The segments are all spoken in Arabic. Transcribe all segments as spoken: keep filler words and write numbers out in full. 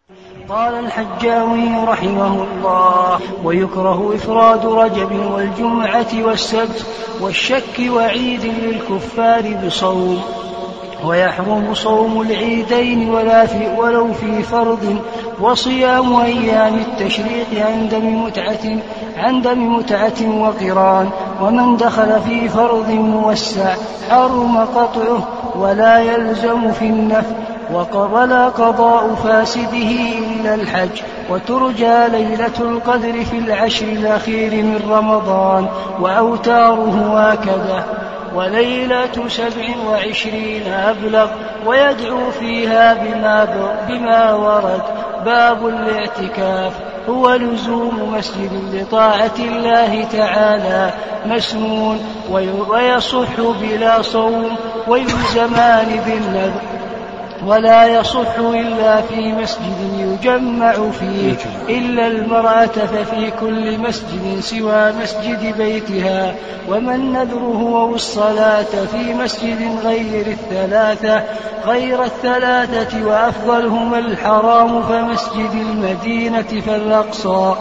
قال الحجاوي رحمه الله: ويكره إفراد رجب والجمعة والسبت والشك وعيد للكفار بصوم، ويحرم صوم العيدين ولا في ولو في فرض، وصيام أيام التشريق عن دم متعة عن دم متعة وقران. ومن دخل في فرض موسع حرم قطعه ولا يلزم في النفل، ولا قضاء فاسده إلا الحج. وترجى ليلة القدر في العشر الأخير من رمضان، وأوتاره هكذا: وليلة سبع وعشرين أبلغ، ويدعو فيها بما, بما ورد. باب الاعتكاف: هو لزوم مسجد لطاعة الله تعالى مسنون، ويصح بلا صوم، ويلزمان بالنذر، ولا يصح إلا في مسجد يجمع فيه إلا المرأة، ففي كل مسجد سوى مسجد بيتها. ومن نذره الصلاة في مسجد غير الثلاثة غير الثلاثة وأفضلهما الحرام فمسجد المدينة فالأقصى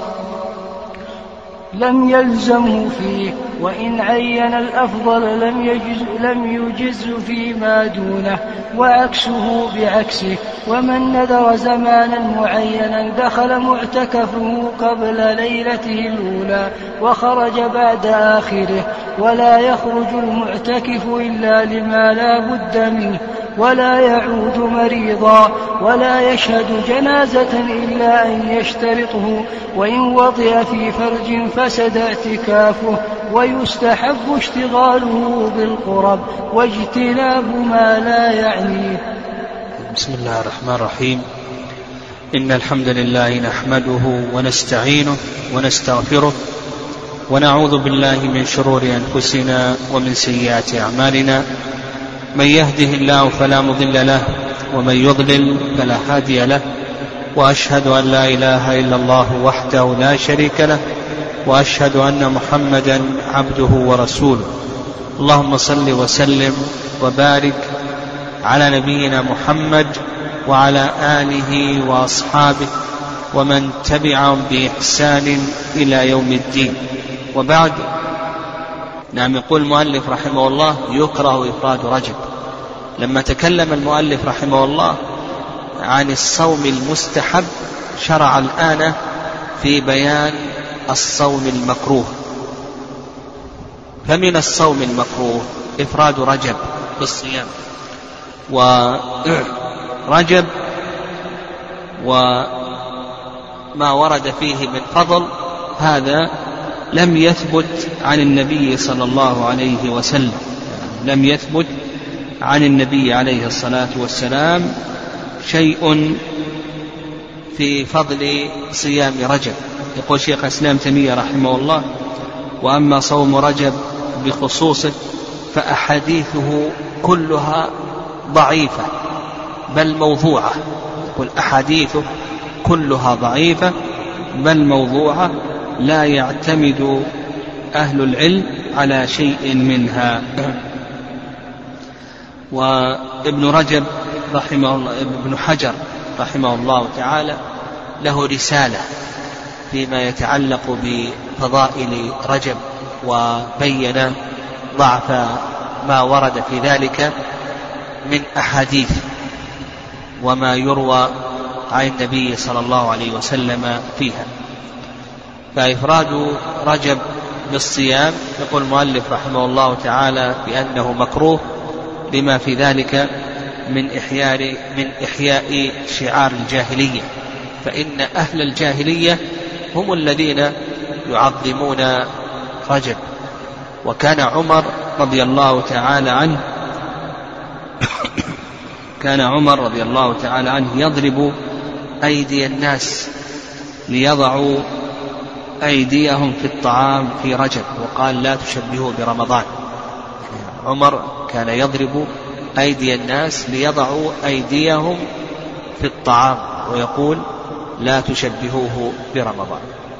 لم يلزمه فيه، وإن عين الأفضل لم يجز, لم يجز فيما دونه، وعكسه بعكسه. ومن نذر زمانا معينا دخل معتكفه قبل ليلته الأولى وخرج بعد آخره، ولا يخرج المعتكف إلا لما لا بد منه، ولا يعود مريضا، ولا يشهد جنازة إلا أن يشترطه، وإن وطئ في فرج فسد اعتكافه. ويستحب اشتغاله بالقرب واجتناب ما لا يعنيه. بسم الله الرحمن الرحيم. إن الحمد لله نحمده ونستعينه ونستغفره، ونعوذ بالله من شرور أنفسنا ومن سيئات أعمالنا. من يهده الله فلا مضل له، ومن يضلل فلا هادي له، وأشهد أن لا إله إلا الله وحده لا شريك له، وأشهد أن محمدا عبده ورسوله. اللهم صل وسلم وبارك على نبينا محمد وعلى آله وأصحابه ومن تبعهم بإحسان إلى يوم الدين. وبعد، نعم، يقول المؤلف رحمه الله: يكره إفراد رجب. لما تكلم المؤلف رحمه الله عن الصوم المستحب، شرع الآن في بيان الصوم المكروه. فمن الصوم المكروه إفراد رجب بالصيام، ورجب وما ورد فيه من فضل هذا لم يثبت عن النبي صلى الله عليه وسلم، لم يثبت عن النبي عليه الصلاة والسلام شيء في فضل صيام رجب. يقول شيخ الإسلام تيمية رحمه الله: وأما صوم رجب بخصوصه فأحاديثه كلها ضعيفة بل موضوعة. يقول أحاديثه كلها ضعيفة بل موضوعة، لا يعتمد أهل العلم على شيء منها. وابن رجب رحمه الله ابن حجر رحمه الله تعالى له رسالة فيما يتعلق بفضائل رجب، وبين ضعف ما ورد في ذلك من أحاديث وما يروى عن النبي صلى الله عليه وسلم فيها. فإفراد رجب بالصيام، يقول المؤلف رحمه الله تعالى بأنه مكروه لما في ذلك من إحياء من إحياء شعار الجاهلية، فإن أهل الجاهلية هم الذين يعظمون رجب. وكان عمر رضي الله تعالى عنه كان عمر رضي الله تعالى عنه يضرب أيدي الناس ليضعوا أيديهم في الطعام في رجب، وقال: لا تشبهوا برمضان. عمر كان يضرب أيدي الناس ليضعوا أيديهم في الطعام، ويقول: لا تشبهوه برمضان.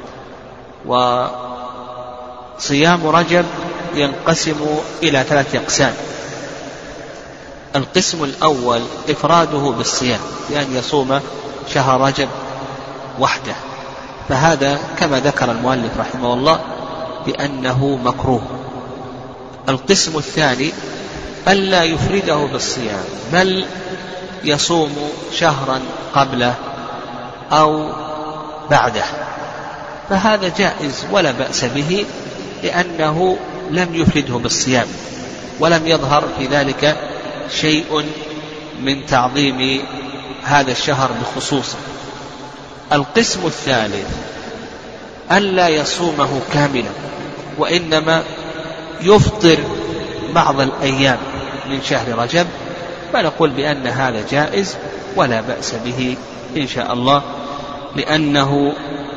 وصيام رجب ينقسم إلى ثلاثة أقسام. القسم الأول إفراده بالصيام، بأن يصوم شهر رجب وحده، فهذا كما ذكر المؤلف رحمه الله بأنه مكروه. القسم الثاني ألا يفرده بالصيام بل يصوم شهرا قبله أو بعده، فهذا جائز ولا بأس به، لأنه لم يفرده بالصيام ولم يظهر في ذلك شيء من تعظيم هذا الشهر بخصوصه. القسم الثالث ألا يصومه كاملا وإنما يفطر بعض الأيام من شهر رجب، فنقول بأن هذا جائز ولا بأس به إن شاء الله، لأنه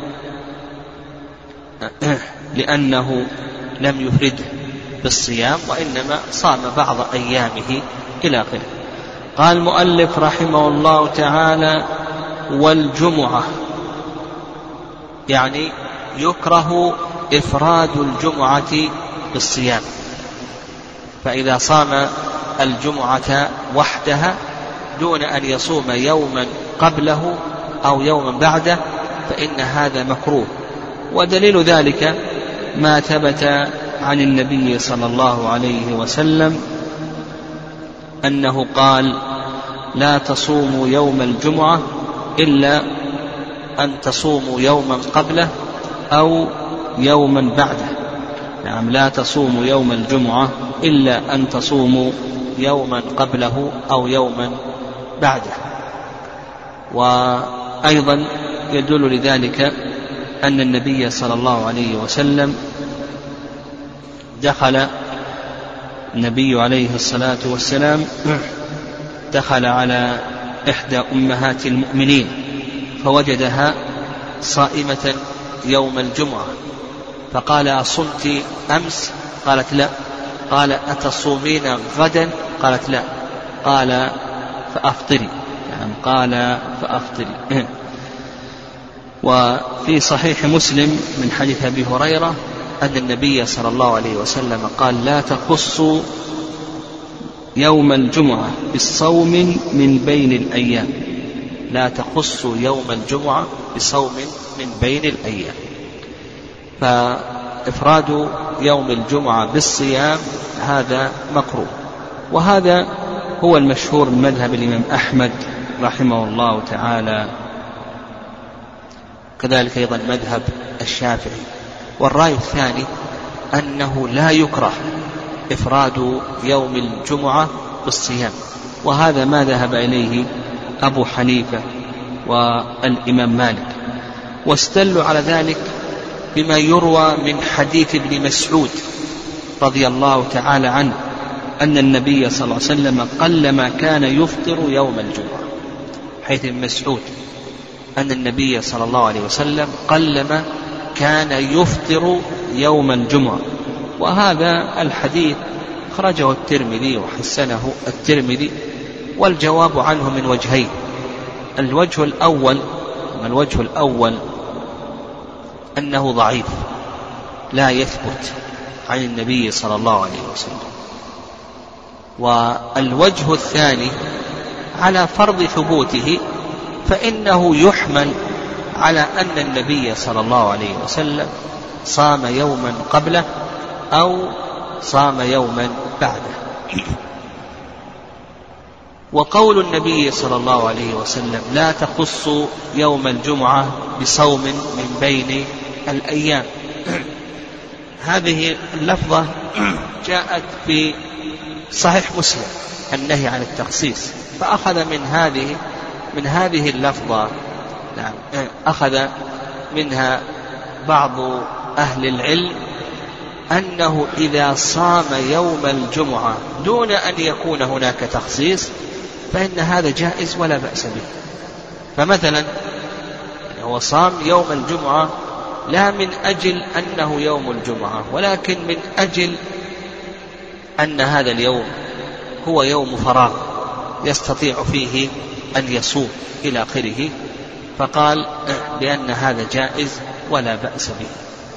لأنه لم يفرده بالصيام وإنما صام بعض أيامه إلى آخره. قال المؤلف رحمه الله تعالى: والجمعة، يعني يكره إفراد الجمعة بالصيام، فإذا صام الجمعة وحدها دون أن يصوم يوما قبله أو يوما بعده فإن هذا مكروه. ودليل ذلك ما ثبت عن النبي صلى الله عليه وسلم أنه قال: لا تصوموا يوم الجمعة إلا أن تصوموا يوما قبله أو يوما بعده. نعم، لا تصوموا يوم الجمعة إلا أن تصوموا يوما قبله أو يوما بعده. وأيضا يدل لذلك أن النبي صلى الله عليه وسلم دخل النبي عليه الصلاة والسلام دخل على إحدى أمهات المؤمنين فوجدها صائمة يوم الجمعة، فقال: أصمت أمس؟ قالت: لا. قال: أتصومين غدا؟ قالت: لا. قال: فأفطري. يعني قال فأفطري. وفي صحيح مسلم من حديث أبي هريرة أن النبي صلى الله عليه وسلم قال: لا تخصوا يوم الجمعة بالصوم من بين الأيام، لا تخصوا يوم الجمعة بصوم من بين الأيام. فإفراد يوم الجمعة بالصيام هذا مكروه، وهذا هو المشهور من مذهب الإمام أحمد رحمه الله تعالى، كذلك أيضا مذهب الشافعي. والرأي الثاني أنه لا يكره إفراد يوم الجمعة بالصيام، وهذا ما ذهب إليه أبو حنيفة والإمام مالك، واستدلوا على ذلك بما يروى من حديث ابن مسعود رضي الله تعالى عنه أن النبي صلى الله عليه وسلم قلما كان يفطر يوم الجمعة. حيث ابن مسعود أن النبي صلى الله عليه وسلم قلما كان يفطر يوم الجمعة، وهذا الحديث خرجه الترمذي وحسنه الترمذي، والجواب عنه من وجهين. الوجه الأول الوجه الأول أنه ضعيف لا يثبت عن النبي صلى الله عليه وسلم، والوجه الثاني على فرض ثبوته فإنه يحمل على أن النبي صلى الله عليه وسلم صام يوما قبله أو صام يوما بعده. وقول النبي صلى الله عليه وسلم: لا تخص يوم الجمعة بصوم من بين الأيام، هذه اللفظة جاءت في صحيح مسلم النهي عن التخصيص، فأخذ من هذه من هذه اللفظة نعم أخذ منها بعض أهل العلم أنه إذا صام يوم الجمعة دون أن يكون هناك تخصيص فإن هذا جائز ولا بأس به. فمثلا هو صام يوم الجمعة لا من أجل أنه يوم الجمعة، ولكن من أجل أن هذا اليوم هو يوم فراغ يستطيع فيه أن يصوم إلى آخره، فقال بأن هذا جائز ولا بأس به.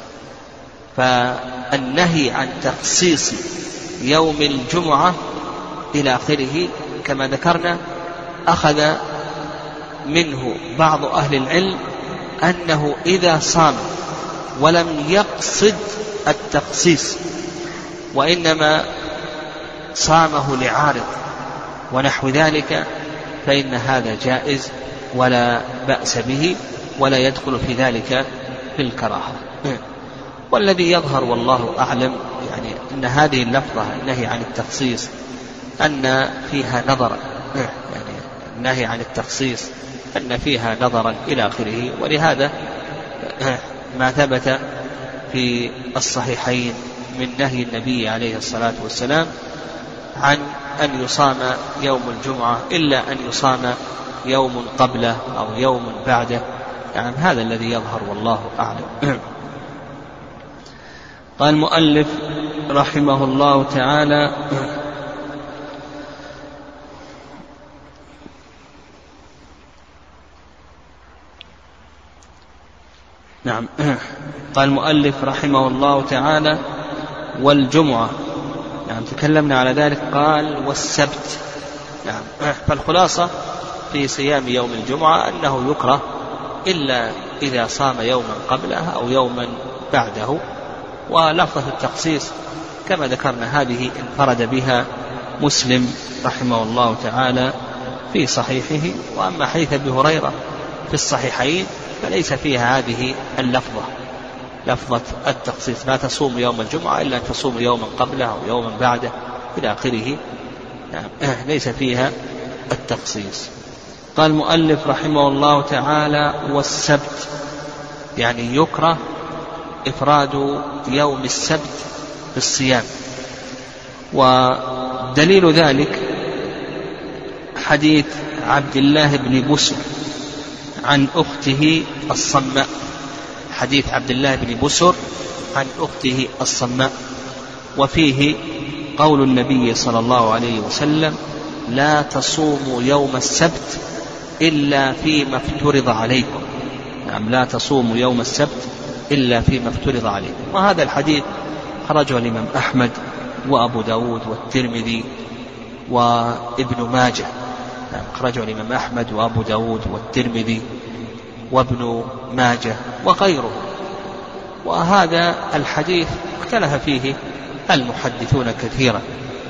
فالنهي عن تخصيص يوم الجمعة إلى آخره كما ذكرنا أخذ منه بعض أهل العلم أنه إذا صام ولم يقصد التخصيص وإنما صامه لعارض ونحو ذلك فإن هذا جائز ولا بأس به ولا يدخل في ذلك في الكراهة. والذي يظهر والله أعلم يعني أن هذه اللفظة النهي عن التخصيص أن فيها نظرا، يعني النهي عن التخصيص أن فيها نظرا إلى آخره. ولهذا ما ثبت في الصحيحين من نهي النبي عليه الصلاة والسلام عن أن يصام يوم الجمعة إلا أن يصام يوم قبله أو يوم بعده، يعني هذا الذي يظهر والله أعلم. قال المؤلف رحمه الله تعالى: نعم قال المؤلف رحمه الله تعالى: والجمعة، نعم تكلمنا على ذلك. قال: والسبت، نعم. فالخلاصة في صيام يوم الجمعة أنه يكره إلا إذا صام يوما قبله أو يوما بعده. ولفظة التخصيص كما ذكرنا هذه انفرد بها مسلم رحمه الله تعالى في صحيحه. وأما حديث أبي هريرة في الصحيحين فليس فيها هذه اللفظة، لفظة التخصيص: لا تصوم يوم الجمعة إلا أن تصوم يوما قبله أو يوما بعده إلى آخره، يعني ليس فيها التخصيص. قال المؤلف رحمه الله تعالى: والسبت، يعني يكره إفراد يوم السبت بالصيام. ودليل ذلك حديث عبد الله بن بسر عن أخته الصماء، حديث عبد الله بن بسر عن أخته الصماء، وفيه قول النبي صلى الله عليه وسلم: لا تصوموا يوم السبت إلا فيما افترض عليكم. نعم، لا تصوموا يوم السبت إلا فيما افترض عليكم. وهذا الحديث خرجه الإمام أحمد وأبو داود والترمذي وابن ماجه. نعم، خرجه الإمام أحمد وأبو داود والترمذي وابن ماجه وغيره. وهذا الحديث اختلف فيه المحدثون كثيرا،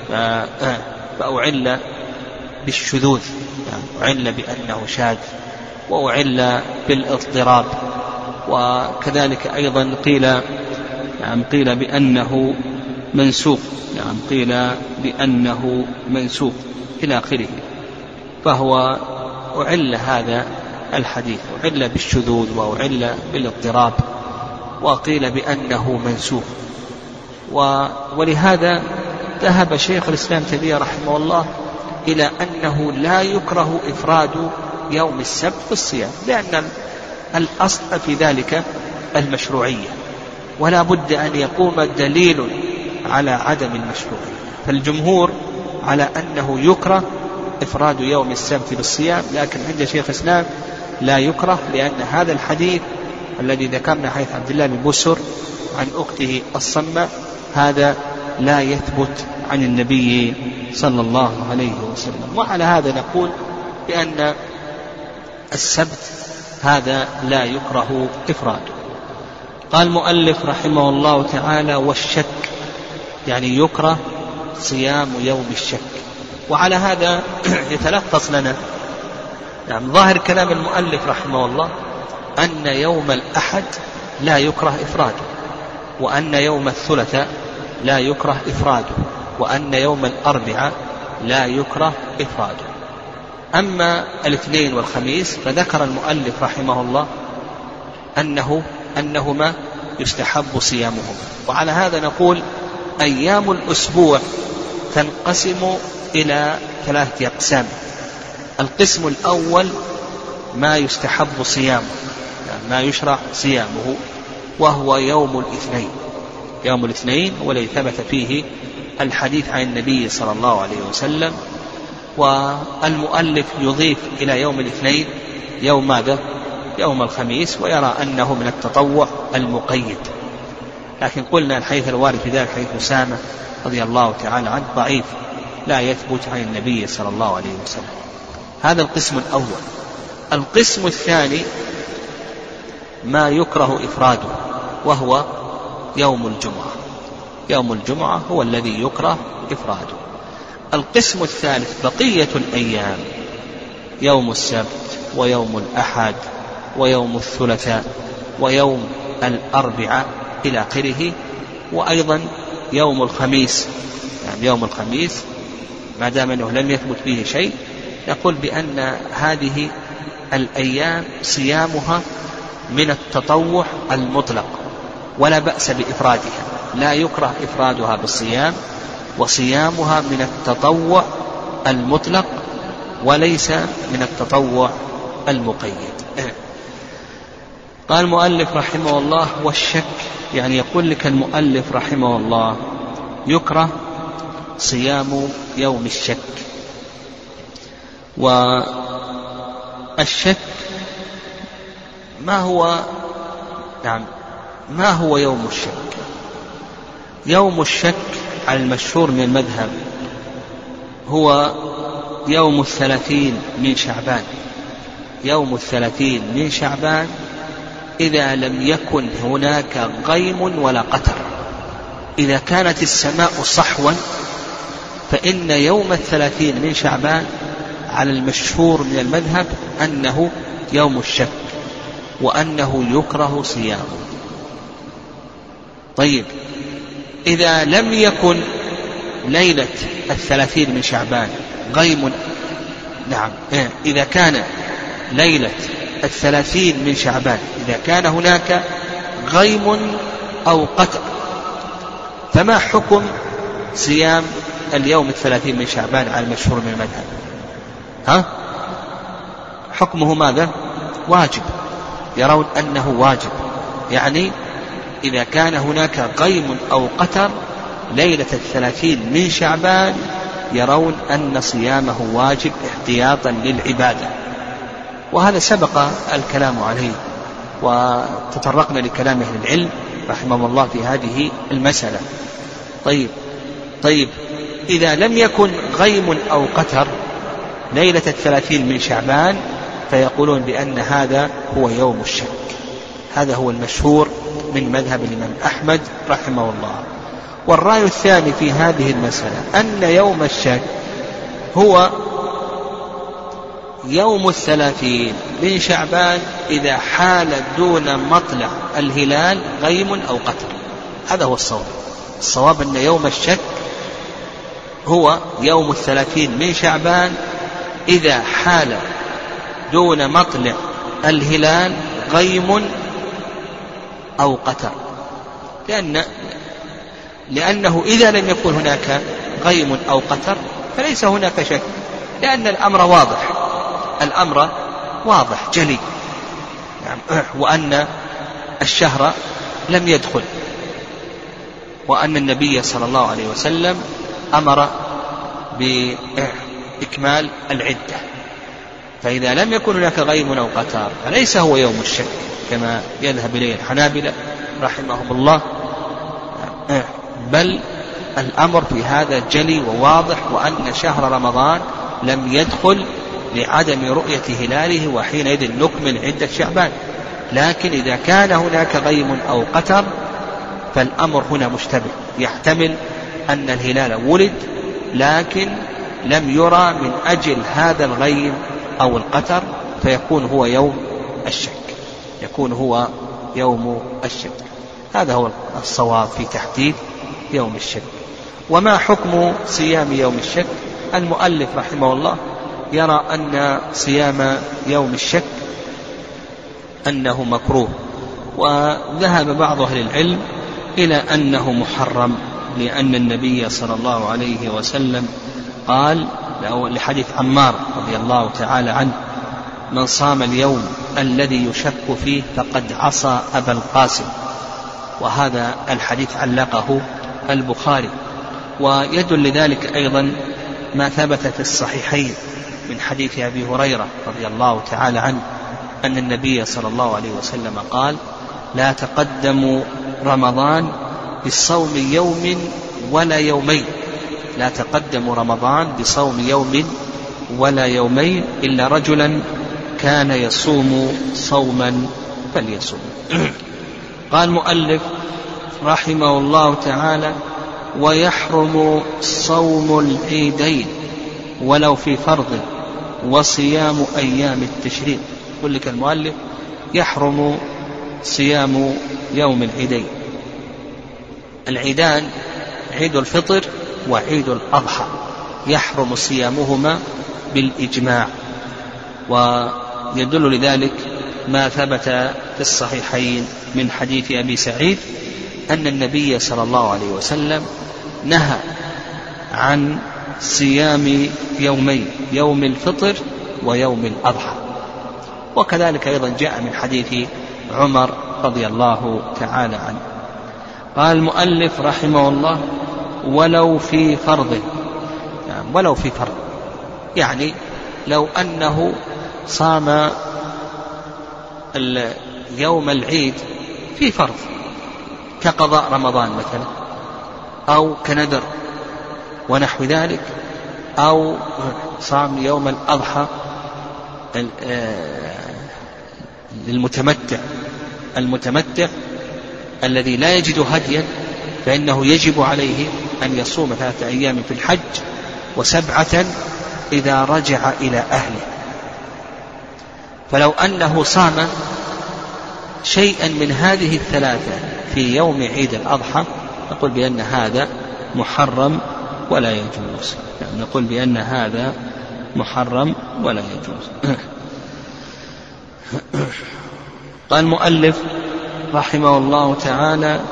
فأعل بالشذوذ، يعني أعل بأنه شاذ، وأعل بالاضطراب، وكذلك أيضا قيل يعني قيل بأنه منسوخ، يعني قيل بأنه منسوخ إلى آخره. فهو أعل هذا الحديث، أعل بالشذوذ وأعل بالاضطراب، وقيل بأنه منسوخ. ولهذا ذهب شيخ الإسلام تيمية رحمه الله إلى أنه لا يكره إفراد يوم السبت بالصيام، لأن الأصل في ذلك المشروعية، ولا بد أن يقوم دليل على عدم المشروعية. فالجمهور على أنه يكره إفراد يوم السبت بالصيام، لكن عند شيخ الإسلام لا يكره، لأن هذا الحديث الذي ذكرنا حديث عبد الله بن بسر عن أخته الصمة هذا لا يثبت عن النبي صلى الله عليه وسلم. وعلى هذا نقول بأن السبت هذا لا يكره إفراده. قال المؤلف رحمه الله تعالى: والشك، يعني يكره صيام يوم الشك. وعلى هذا يتلخص لنا يعني ظاهر كلام المؤلف رحمه الله أن يوم الأحد لا يكره إفراده، وأن يوم الثلاثاء لا يكره إفراده، وأن يوم الأربعاء لا يكره إفراده. أما الاثنين والخميس فذكر المؤلف رحمه الله أنه أنهما يستحب صيامهما. وعلى هذا نقول أيام الأسبوع تنقسم إلى ثلاثة أقسام. القسم الأول ما يستحب صيامه، يعني ما يشرع صيامه، وهو يوم الاثنين. يوم الاثنين والذي ثبت فيه الحديث عن النبي صلى الله عليه وسلم. والمؤلف يضيف إلى يوم الاثنين يوم ماذا؟ يوم الخميس، ويرى أنه من التطوع المقيد. لكن قلنا الحديث الوارد في ذلك حديث أسامة رضي الله تعالى عنه ضعيف، لا يثبت عن النبي صلى الله عليه وسلم. هذا القسم الأول. القسم الثاني ما يكره إفراده وهو يوم الجمعة. يوم الجمعة هو الذي يكره إفراده. القسم الثالث بقية الأيام، يوم السبت ويوم الأحد ويوم الثلاثاء ويوم الأربعاء إلى آخره، وأيضا يوم الخميس. يعني يوم الخميس ما دام أنه لم يثبت فيه شيء نقول بأن هذه الأيام صيامها من التطوع المطلق ولا بأس بإفرادها، لا يكره إفرادها بالصيام، وصيامها من التطوع المطلق وليس من التطوع المقيد. قال المؤلف رحمه الله والشك، يعني يقول لك المؤلف رحمه الله يكره صيام يوم الشك. والشك ما هو نعم ما هو يوم الشك؟ يوم الشك على المشهور من المذهب هو يوم الثلاثين من شعبان. يوم الثلاثين من شعبان إذا لم يكن هناك غيم ولا قطر. إذا كانت السماء صحوا فإن يوم الثلاثين من شعبان على المشهور من المذهب أنه يوم الشك وأنه يكره صيامه. طيب إذا لم يكن ليلة الثلاثين من شعبان غيم، نعم إذا كان ليلة الثلاثين من شعبان إذا كان هناك غيم أو قطر فما حكم صيام اليوم الثلاثين من شعبان على المشهور من المذهب؟ ها؟ حكمه ماذا؟ واجب. يرون أنه واجب، يعني إذا كان هناك غيم أو قطر ليلة الثلاثين من شعبان يرون أن صيامه واجب احتياطا للعبادة. وهذا سبق الكلام عليه وتطرقنا لكلام أهل العلم رحمه الله في هذه المسألة. طيب طيب إذا لم يكن غيم أو قطر ليلة الثلاثين من شعبان فيقولون بأن هذا هو يوم الشك. هذا هو المشهور من مذهب الإمام أحمد رحمه الله. والرأي الثاني في هذه المسألة أن يوم الشك هو يوم الثلاثين من شعبان إذا حال دون مطلع الهلال غيم أو قطر. هذا هو الصواب. الصواب أن يوم الشك هو يوم الثلاثين من شعبان إذا حال دون مطلع الهلال غيم أو قطر، لأن لأنه إذا لم يكن هناك غيم أو قطر فليس هناك شك، لأن الأمر واضح، الأمر واضح جلي، يعني وأن الشهر لم يدخل، وأن النبي صلى الله عليه وسلم أمر بإكمال العدة. فإذا لم يكن هناك غيم أو قطر فليس هو يوم الشك كما يذهب إليه الحنابلة رحمهم الله، بل الأمر في هذا جلي وواضح، وأن شهر رمضان لم يدخل لعدم رؤية هلاله، وحينئذ نكمل عدة شعبان. لكن إذا كان هناك غيم أو قطر فالأمر هنا مشتبه، يحتمل أن الهلال ولد لكن لم يرى من أجل هذا الغيم أو القطر، فيكون هو يوم الشك، يكون هو يوم الشك. هذا هو الصواب في تحديد يوم الشك. وما حكم صيام يوم الشك؟ المؤلف رحمه الله يرى أن صيام يوم الشك أنه مكروه، وذهب بعض أهل العلم إلى أنه محرم، لأن النبي صلى الله عليه وسلم قال لحديث عمار رضي الله تعالى عنه: من صام اليوم الذي يشك فيه فقد عصى أبا القاسم. وهذا الحديث علقه البخاري. ويدل لذلك أيضا ما ثبت في الصحيحين من حديث أبي هريرة رضي الله تعالى عنه أن النبي صلى الله عليه وسلم قال: لا تقدموا رمضان بصوم يوم ولا يومين، لا تقدموا رمضان بصوم يوم ولا يومين إلا رجلا كان يصوم صوما فليصوم. قال المؤلف رحمه الله تعالى: ويحرم صوم العيدين ولو في فرض وصيام أيام التشريق. يقول لك المؤلف: يحرم صيام يوم العيدين. العيدان عيد الفطر وعيد الأضحى، يحرم صيامهما بالإجماع، ويدل لذلك ما ثبت في الصحيحين من حديث أبي سعيد أن النبي صلى الله عليه وسلم نهى عن صيام يومين، يوم الفطر ويوم الأضحى. وكذلك أيضا جاء من حديث عمر رضي الله تعالى عنه. قال المؤلف رحمه الله: ولو في فرض. يعني ولو في فرض، يعني لو أنه صام يوم العيد في فرض كقضاء رمضان مثلا، أو كنذر ونحو ذلك، أو صام يوم الأضحى للمتمتع المتمتع الذي لا يجد هديا، فإنه يجب عليه أن يصوم ثلاثة أيام في الحج وسبعة إذا رجع إلى أهله. فلو أنه صام شيئا من هذه الثلاثة في يوم عيد الأضحى نقول بأن هذا محرم ولا يجوز، يعني نقول بأن هذا محرم ولا يجوز. قال المؤلف رحمه الله تعالى: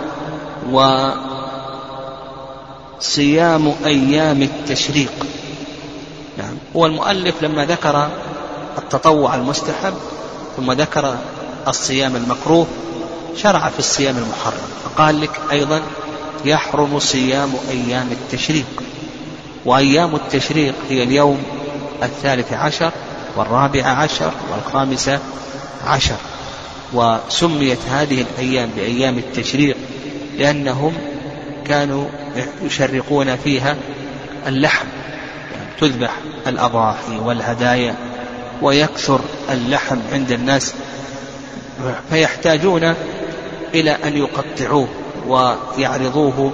وصيام أيام التشريق. نعم، هو المؤلف لما ذكر التطوع المستحب ثم ذكر الصيام المكروه شرع في الصيام المحرم، فقال لك أيضا: يحرم صيام أيام التشريق. وأيام التشريق هي اليوم الثالث عشر والرابع عشر والخامس عشر. وسميت هذه الأيام بأيام التشريق لأنهم كانوا يشرقون فيها اللحم، يعني تذبح الأضاحي والهدايا ويكثر اللحم عند الناس، فيحتاجون إلى أن يقطعوه ويعرضوه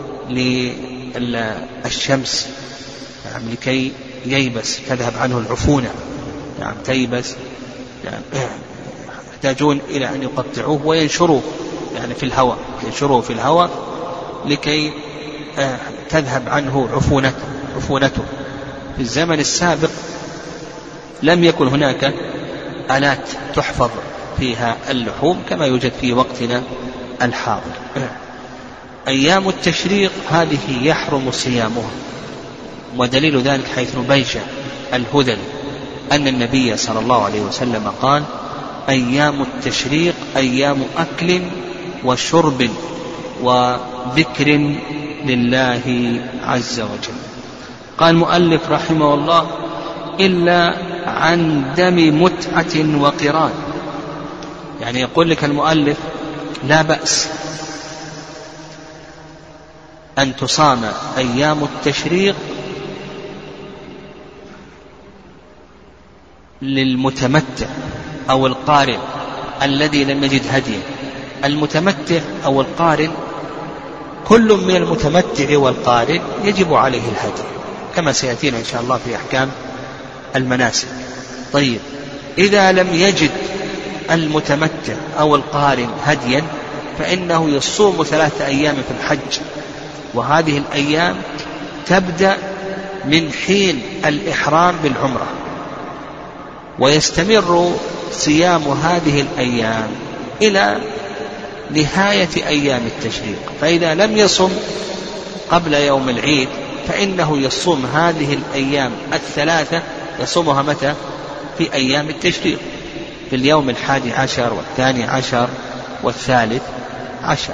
للشمس، يعني لكي ييبس، تذهب عنه العفونة، يعني تيبس، يعني يحتاجون إلى أن يقطعوه وينشروه يعني في الهواء، ينشروه في الهواء لكي تذهب عنه عفونته عفونته. في الزمن السابق لم يكن هناك آلات تحفظ فيها اللحوم كما يوجد في وقتنا الحاضر. أيام التشريق هذه يحرم صيامها، ودليل ذلك حيث بيشة الهذلي أن النبي صلى الله عليه وسلم قال: أيام التشريق أيام أكل وشرب وذكر لله عز وجل. قال المؤلف رحمه الله: إلا عن دم متعة وقران. يعني يقول لك المؤلف: لا بأس أن تصام أيام التشريق للمتمتع أو القارن الذي لم يجد هديا. المتمتع أو القارن كل من المتمتع والقارن يجب عليه الهدي كما سيأتينا إن شاء الله في أحكام المناسك. طيب، إذا لم يجد المتمتع أو القارن هديا فإنه يصوم ثلاثة أيام في الحج، وهذه الأيام تبدأ من حين الإحرام بالعمرة، ويستمر صيام هذه الأيام إلى نهاية أيام التشريق. فإذا لم يصم قبل يوم العيد فإنه يصوم هذه الأيام الثلاثة، يصومها متى؟ في أيام التشريق، في اليوم الحادي عشر والثاني عشر والثالث عشر.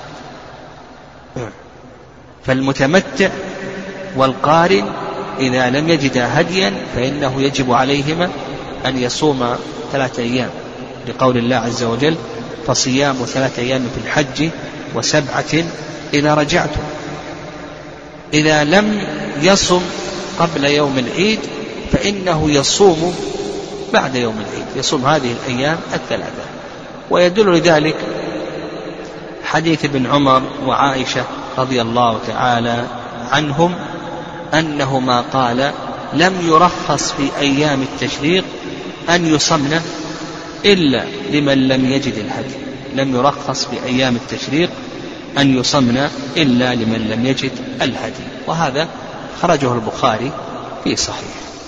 فالمتمتع والقارن إذا لم يجدا هديا فإنه يجب عليهما أن يصوم ثلاثة أيام، لقول الله عز وجل: فصيام ثلاثة أيام في الحج وسبعة إذا رجعتم. إذا لم يصم قبل يوم العيد فإنه يصوم بعد يوم العيد، يصوم هذه الأيام الثلاثة. ويدل لذلك حديث ابن عمر وعائشة رضي الله تعالى عنهم أنهما قال لم يرخص في أيام التشريق أن يصمن إلا لمن لم يجد الهدي، لم يرخص في أيام التشريق أن يصمن إلا لمن لم يجد الهدي. وهذا خرجه البخاري في صحيح.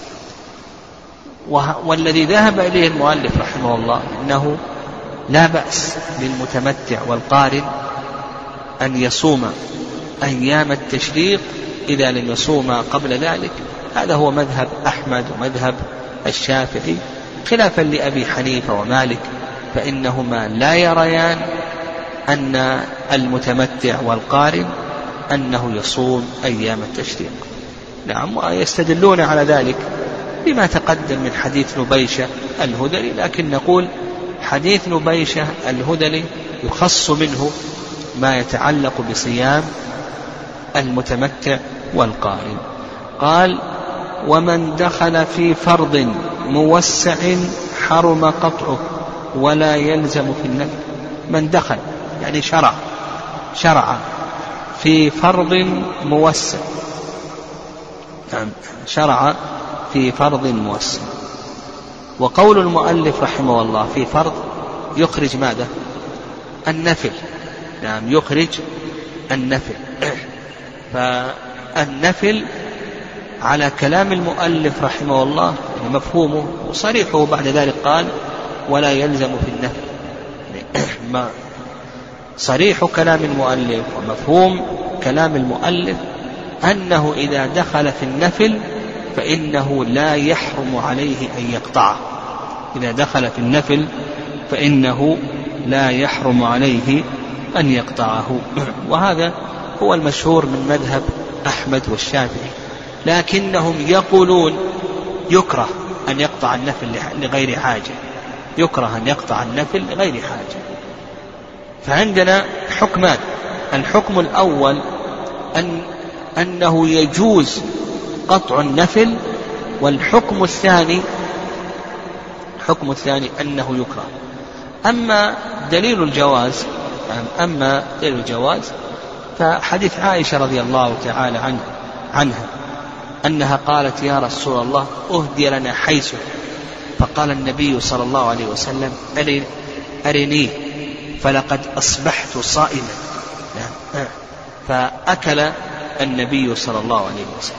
والذي ذهب إليه المؤلف رحمه الله أنه لا بأس للمتمتع والقارن أن يصوم أيام التشريق إذا لم يصوم قبل ذلك، هذا هو مذهب أحمد ومذهب الشافعي، خلافا لأبي حنيفة ومالك، فإنهما لا يريان أن المتمتع والقارن أنه يصوم أيام التشريق. نعم، ويستدلون على ذلك بما تقدم من حديث نبيشة الهذلي، لكن نقول حديث نبيشة الهذلي يخص منه ما يتعلق بصيام المتمتع والقارن. قال ومن دخل في فرض موسع حرم قطعه ولا يلزم في النفل. من دخل يعني شرع شرع في فرض موسع، يعني شرع في فرض موسع. وقول المؤلف رحمه الله في فرض يخرج ماذا؟ النفل. نعم، يخرج النفل. فالنفل على كلام المؤلف رحمه الله مفهومه وصريحه بعد ذلك قال ولا يلزم في النفل. ما صريح كلام المؤلف ومفهوم كلام المؤلف أنه إذا دخل في النفل فإنه لا يحرم عليه أن يقطعه. إذا دخل في النفل فإنه لا يحرم عليه أن يقطعه. وهذا هو المشهور من مذهب أحمد والشافعي، لكنهم يقولون يكره أن يقطع النفل لغير حاجة، يكره أن يقطع النفل لغير حاجة. فعندنا حكمان: الحكم الأول أن أنه يجوز قطع النفل، والحكم الثاني الحكم الثاني أنه يكره. أما دليل الجواز أما دليل الجواز فحديث عائشة رضي الله تعالى عنه عنها أنها قالت يا رسول الله أهدي لنا حيث، فقال النبي صلى الله عليه وسلم أرنيه فلقد أصبحت صائما. فأكل النبي صلى الله عليه وسلم.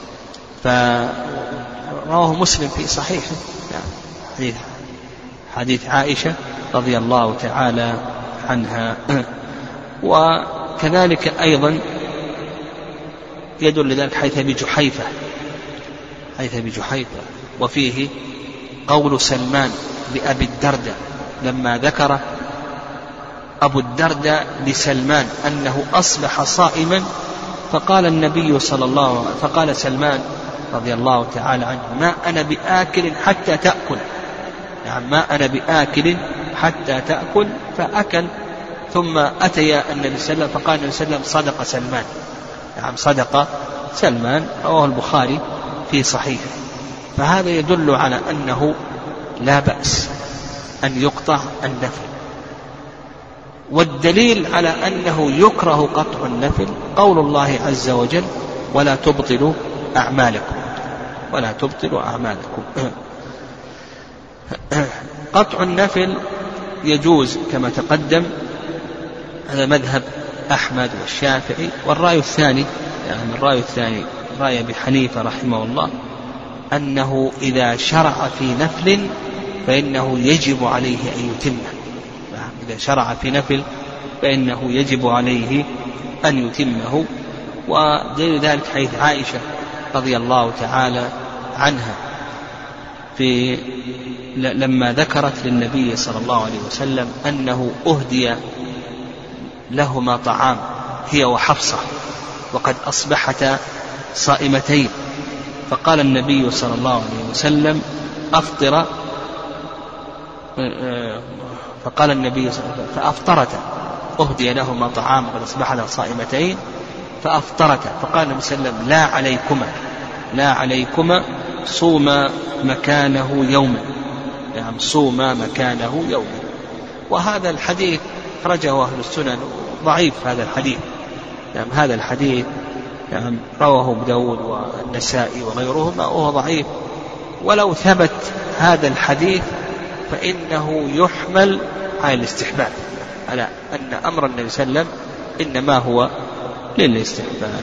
فرواه مسلم في صحيحه حديث حديث عائشة رضي الله تعالى عنها. وكذلك أيضا يدل لذلك حيث أبي جحيفة حيث أبي جحيفة وفيه قول سلمان لأبي الدرداء لما ذكر أبو الدرداء لسلمان أنه أصبح صائما، فقال النبي صلى الله عليه وسلم فقال سلمان رضي الله تعالى عنه ما أنا بآكل حتى تأكل، يعني ما أنا بآكل حتى تأكل. فأكل ثم أتي النبي صلى الله عليه وسلم فقال النبي صلى الله عليه وسلم صدق سلمان، يعني صدق سلمان، رواه البخاري في صحيحه. فهذا يدل على أنه لا بأس أن يقطع النفل. والدليل على أنه يكره قطع النفل قول الله عز وجل ولا تبطلوا أعمالكم ولا تبطلوا أعمالكم. قطع النفل يجوز كما تقدم، هذا مذهب أحمد والشافعي. والرأي الثاني يعني الرأي الثاني رأي أبي حنيفة رحمه الله أنه إذا شرع في نفل فإنه يجب عليه أن يتمه. إذا شرع في نفل فإنه يجب عليه أن يتمه. ودليل ذلك حيث عائشة رضي الله تعالى عنها في لما ذكرت للنبي صلى الله عليه وسلم أنه أهدي لهما طعام هي وحفصة وقد أصبحتا صائمتين، فقال النبي صلى الله عليه وسلم أفطر، فقال النبي صلى الله عليه وسلم فأفطرتا، أهدي لهما طعام وقد أصبحتا صائمتين فأفطرتا، فقال النبي صلى الله عليه وسلم لا عليكما لا عليكما صوما مكانه يوما، يعني صوم مكانه يوما. وهذا الحديث خرجه أهل السنن، ضعيف هذا الحديث، يعني هذا الحديث يعني رواه ابو داود والنسائي وغيرهما وهو ضعيف. ولو ثبت هذا الحديث فإنه يحمل على الاستحباب، على أن أمر النبي صلى الله عليه وسلم إنما هو للاستحباب.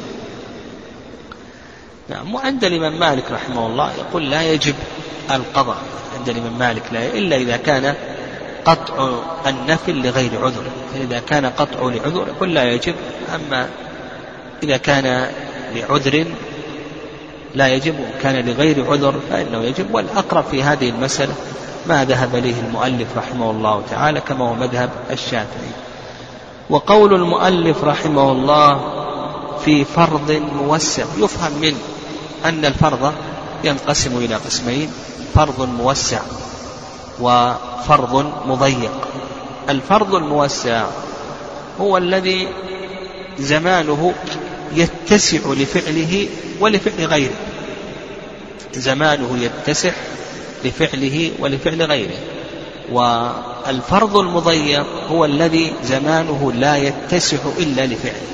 نعم. وعند الإمام مالك رحمه الله يقول لا يجب القضاء، عند الإمام مالك لا إلا إذا كان قطع النفل لغير عذر، فإذا كان قطع لعذر يقول لا يجب، أما إذا كان لعذر لا يجب وكان لغير عذر فإنه يجب. والأقرب في هذه المسألة ما ذهب إليه المؤلف رحمه الله تعالى كما هو مذهب الشافعي. وقول المؤلف رحمه الله في فرض موسع يفهم منه أن الفرض ينقسم إلى قسمين: فرض موسع وفرض مضيق. الفرض الموسع هو الذي زمانه يتسع لفعله ولفعل غيره، زمانه يتسع لفعله ولفعل غيره. والفرض المضيق هو الذي زمانه لا يتسع إلا لفعله.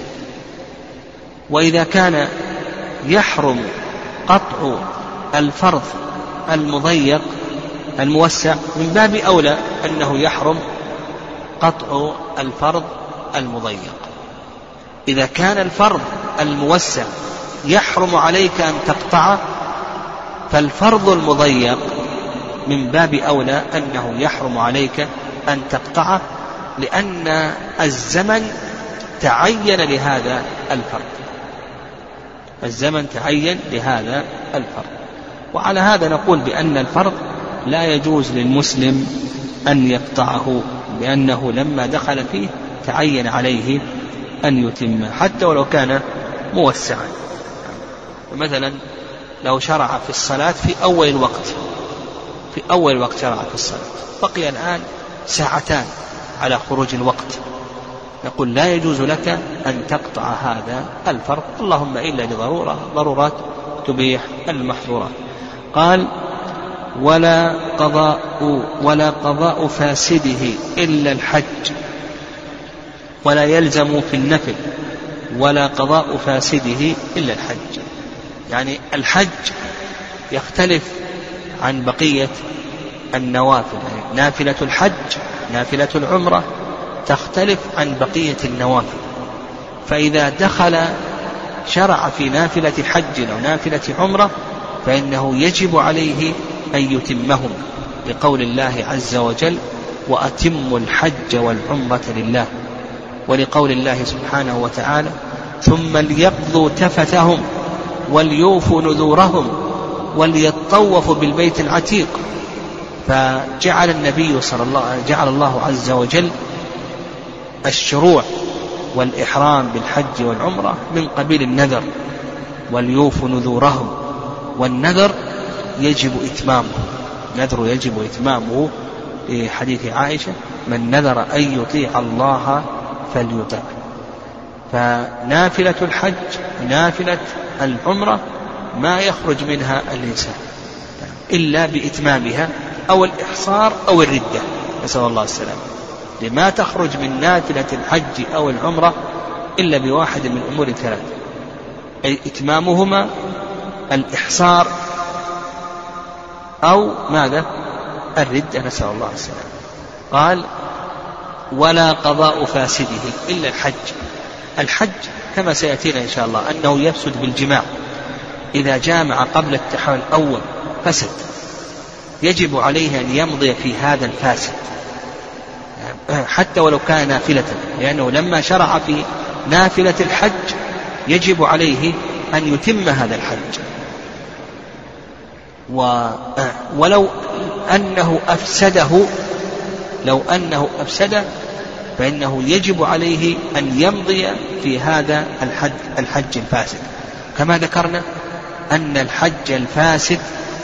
وإذا كان يحرم قطع الفرض المضيق الموسع من باب أولى أنه يحرم قطع الفرض المضيق. إذا كان الفرض الموسع يحرم عليك أن تقطعه فالفرض المضيق من باب أولى أنه يحرم عليك أن تقطعه، لأن الزمن تعين لهذا الفرض، الزمن تعين لهذا الفرض. وعلى هذا نقول بأن الفرض لا يجوز للمسلم أن يقطعه، لأنه لما دخل فيه تعين عليه أن يتمه حتى ولو كان موسعا. مثلا لو شرع في الصلاة في أول الوقت، في أول الوقت شرع في الصلاة، بقي الآن ساعتان على خروج الوقت، نقول لا يجوز لك أن تقطع هذا الفرض، اللهم إلا لضرورة، ضرورات تبيح المحظورات. قال: ولا قضاء ولا قضاء فاسده إلا الحج، ولا يلزم في النفل ولا قضاء فاسده إلا الحج. يعني الحج يختلف عن بقية النوافل، يعني نافلة الحج نافلة العمرة تختلف عن بقية النوافل. فإذا دخل شرع في نافلة حج أو نافلة عمرة فإنه يجب عليه أن يتمهم، لقول الله عز وجل: وأتموا الحج والعمرة لله، ولقول الله سبحانه وتعالى: ثم ليقضوا تفتهم وليوفوا نذورهم وليطوفوا بالبيت العتيق. فجعل النبي صلى الله عليه وسلم جعل الله عز وجل الشروع والإحرام بالحج والعمرة من قبيل النذر، وليوفوا نذورهم، والنذر يجب إتمامه، نذر يجب إتمامه في حديث عائشة: من نذر أن يطيع الله فليطع. فنافلة الحج نافلة العمرة ما يخرج منها الإنسان إلا بإتمامها أو الإحصار أو الردة، نسأل الله السلامة. لما تخرج من نافلة الحج أو العمرة إلا بواحد من أمور الثلاث، أي إتمامهما، الإحصار، أو ماذا؟ الردة، نسأل الله السلامة. قال: ولا قضاء فاسده إلا الحج. الحج كما سيأتينا إن شاء الله أنه يفسد بالجماع، إذا جامع قبل التحول الأول فسد، يجب عليه أن يمضي في هذا الفاسد حتى ولو كان نافلة، لأنه لما شرع في نافلة الحج يجب عليه أن يتم هذا الحج. ولو أنه أفسده لو أنه أفسده فإنه يجب عليه أن يمضي في هذا الحج, الحج الفاسد. كما ذكرنا أن الحج الفاسد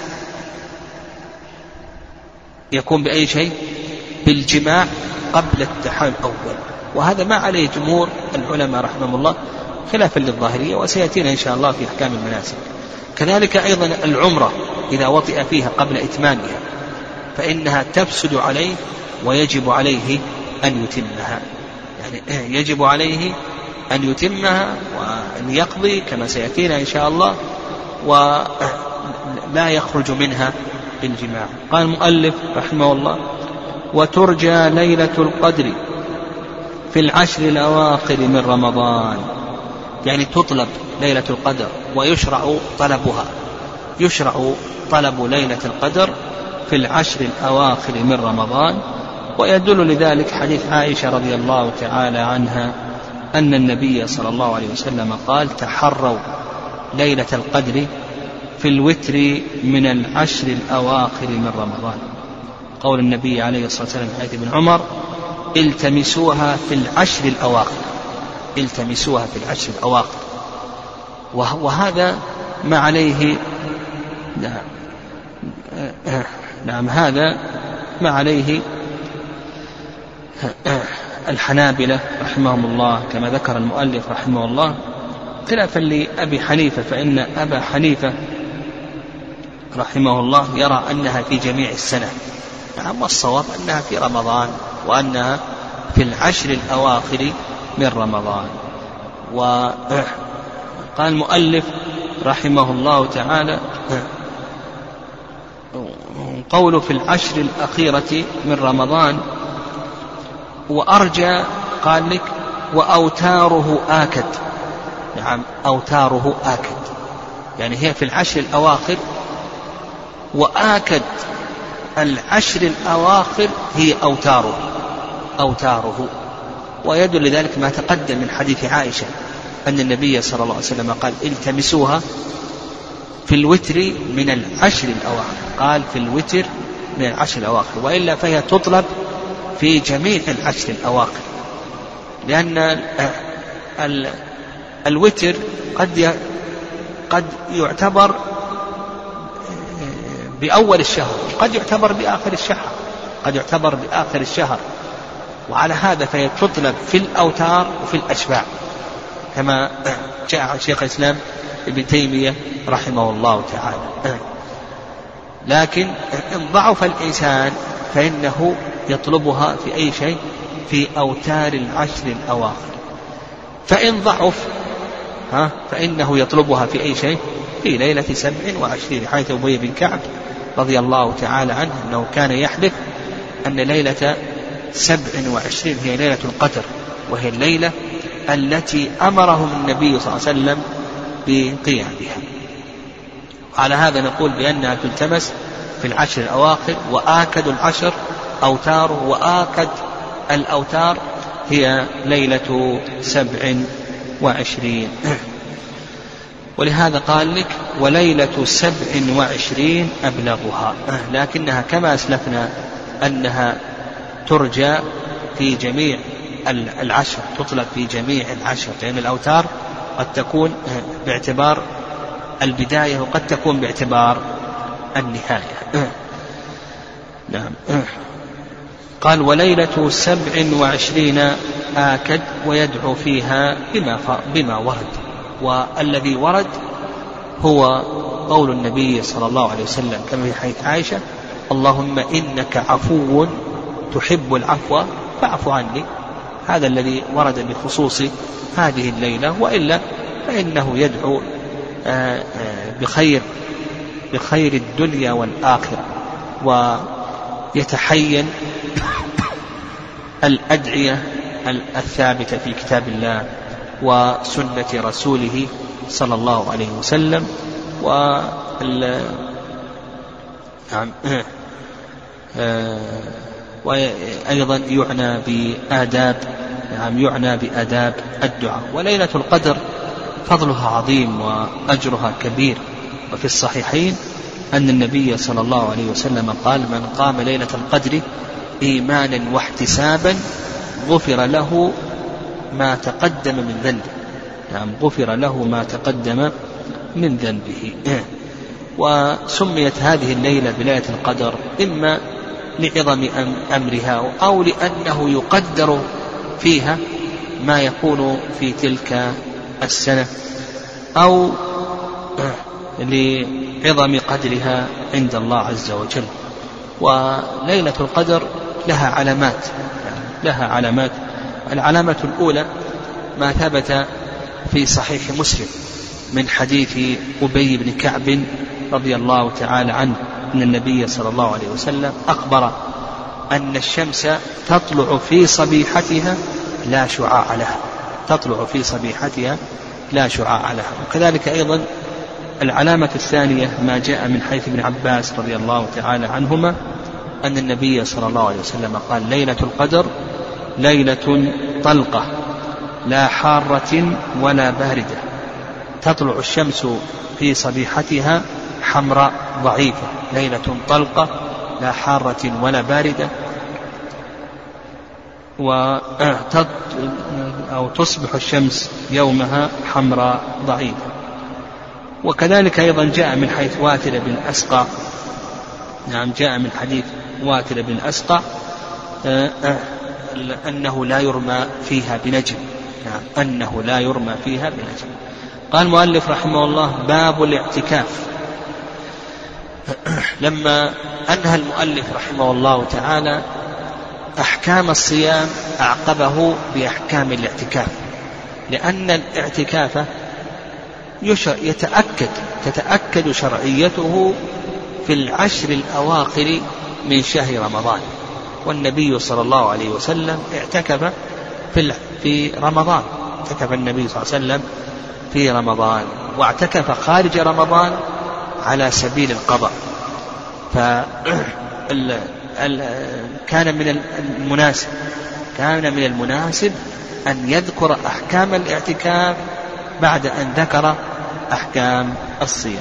يكون بأي شيء؟ بالجماع قبل التحول الأول، وهذا ما عليه جمهور العلماء رحمهم الله خلافا للظاهرية، وسيأتينا إن شاء الله في أحكام المناسك. كذلك أيضا العمرة إذا وطئ فيها قبل إتمامها فإنها تفسد عليه ويجب عليه أن يتمها، يعني يجب عليه أن يتمها وأن يقضي كما سيأتينا إن شاء الله ولا يخرج منها بالجماع. قال المؤلف رحمه الله: وترجى ليلة القدر في العشر الأواخر من رمضان، يعني تطلب ليلة القدر ويشرع طلبها، يشرع طلب ليلة القدر في العشر الأواخر من رمضان. ويدل لذلك حديث عائشة رضي الله تعالى عنها أن النبي صلى الله عليه وسلم قال: تحروا ليلة القدر في الوتر من العشر الأواخر من رمضان. قول النبي عليه الصلاة والسلام في حديث ابن عمر: التمسوها في العشر الأواخر، التمسوها في العشر الأواخر. وهذا ما عليه نعم, نعم هذا ما عليه الحنابلة رحمهم الله كما ذكر المؤلف رحمه الله، خلافا لأبي حنيفة، فإن أبا حنيفة رحمه الله يرى أنها في جميع السنة. نعم، والصواب أنها في رمضان وأنها في العشر الأواخر من رمضان. وقال المؤلف رحمه الله تعالى: قوله في العشر الأخيرة من رمضان، وأرجى قال لك وأوتاره آكد. نعم، أوتاره آكد، يعني هي في العشر الأواخر، وآكد العشر الأواخر هي أوتاره أوتاره ويدل لذلك ما تقدم من حديث عائشة أن النبي صلى الله عليه وسلم قال: التمسوها في الوتر من العشر الأواخر، قال في الوتر من العشر الأواخر، وإلا فهي تطلب في جميع العشر الأواخر، لأن الوتر قد قد يعتبر بأول الشهر، قد يعتبر بآخر الشهر، قد يعتبر بآخر الشهر، وعلى هذا فهي تطلب في الأوتار وفي الأشباع، كما جاء شيخ الإسلام ابن تيمية رحمه الله تعالى. لكن إن ضعف الإنسان فإنه يطلبها في أي شيء في أوتار العشر الأواخر، فإن ضعف ها فإنه يطلبها في أي شيء في ليلة سبع وعشرين، حيث أبي بن كعب رضي الله تعالى عنه أنه كان يحلف أن ليلة سبع وعشرين هي ليلة القدر، وهي الليلة التي أمرهم النبي صلى الله عليه وسلم بقيامها. على هذا نقول بأنها تلتمس في العشر الأواخر، وآكد العشر أوتار، وآكد الأوتار هي ليلة سبع وعشرين. ولهذا قال لك وليلة سبع وعشرين أبلغها، لكنها كما أسلفنا أنها ترجى في جميع العشر، تطلب في جميع العشر، لأن الأوتار قد تكون باعتبار البداية وقد تكون باعتبار النهاية. نعم. قال وليلة سبع وعشرين آكد، ويدعو فيها بما, بما ورد، والذي ورد هو قول النبي صلى الله عليه وسلم كما في حديث عائشة: اللهم إنك عفو تحب العفو فاعف عني. هذا الذي ورد بخصوص هذه الليلة، وإلا فإنه يدعو بخير بخير الدنيا والآخرة، ويتحين الأدعية الثابتة في كتاب الله وسنة رسوله صلى الله عليه وسلم. وال وأيضا يعنى بآداب نعم يعنى بآداب الدعاء. وليلة القدر فضلها عظيم وأجرها كبير، وفي الصحيحين أن النبي صلى الله عليه وسلم قال: من قام ليلة القدر إيمانا واحتسابا غفر له ما تقدم من ذنبه. نعم، غفر له ما تقدم من ذنبه. وسميت هذه الليلة بليلة القدر إما لعظم أمرها، أو لأنه يقدر فيها ما يكون في تلك السنة، أو لعظم قدرها عند الله عز وجل. وليلة القدر لها علامات لها علامات العلامة الأولى ما ثبت في صحيح مسلم من حديث أبي بن كعب رضي الله تعالى عنه أن النبي صلى الله عليه وسلم أخبر أن الشمس تطلع في صبيحتها لا شعاع لها تطلع في صبيحتها لا شعاع لها. وكذلك أيضا العلامة الثانية ما جاء من حيث ابن عباس رضي الله تعالى عنهما أن النبي صلى الله عليه وسلم قال ليلة القدر ليلة طلقة لا حارة ولا باردة تطلع الشمس في صبيحتها حمراء ضعيفة ليلة طلقة لا حارة ولا باردة أو تصبح الشمس يومها حمراء ضعيفة. وكذلك أيضا جاء من حيث واثل بن أسقع نعم جاء من حديث واثل بن أسقع أنه لا يرمى فيها بنجم نعم أنه لا يرمى فيها بنجم. قال المؤلف رحمه الله باب الاعتكاف. لما أنهى المؤلف رحمه الله تعالى أحكام الصيام أعقبه بأحكام الاعتكاف لأن الاعتكاف يتأكد تتأكد شرعيته في العشر الأواخر من شهر رمضان والنبي صلى الله عليه وسلم اعتكف في رمضان اعتكف النبي صلى الله عليه وسلم في رمضان واعتكف خارج رمضان على سبيل القضاء. فكان من المناسب كان من المناسب أن يذكر أحكام الاعتكاف بعد أن ذكر أحكام الصيام.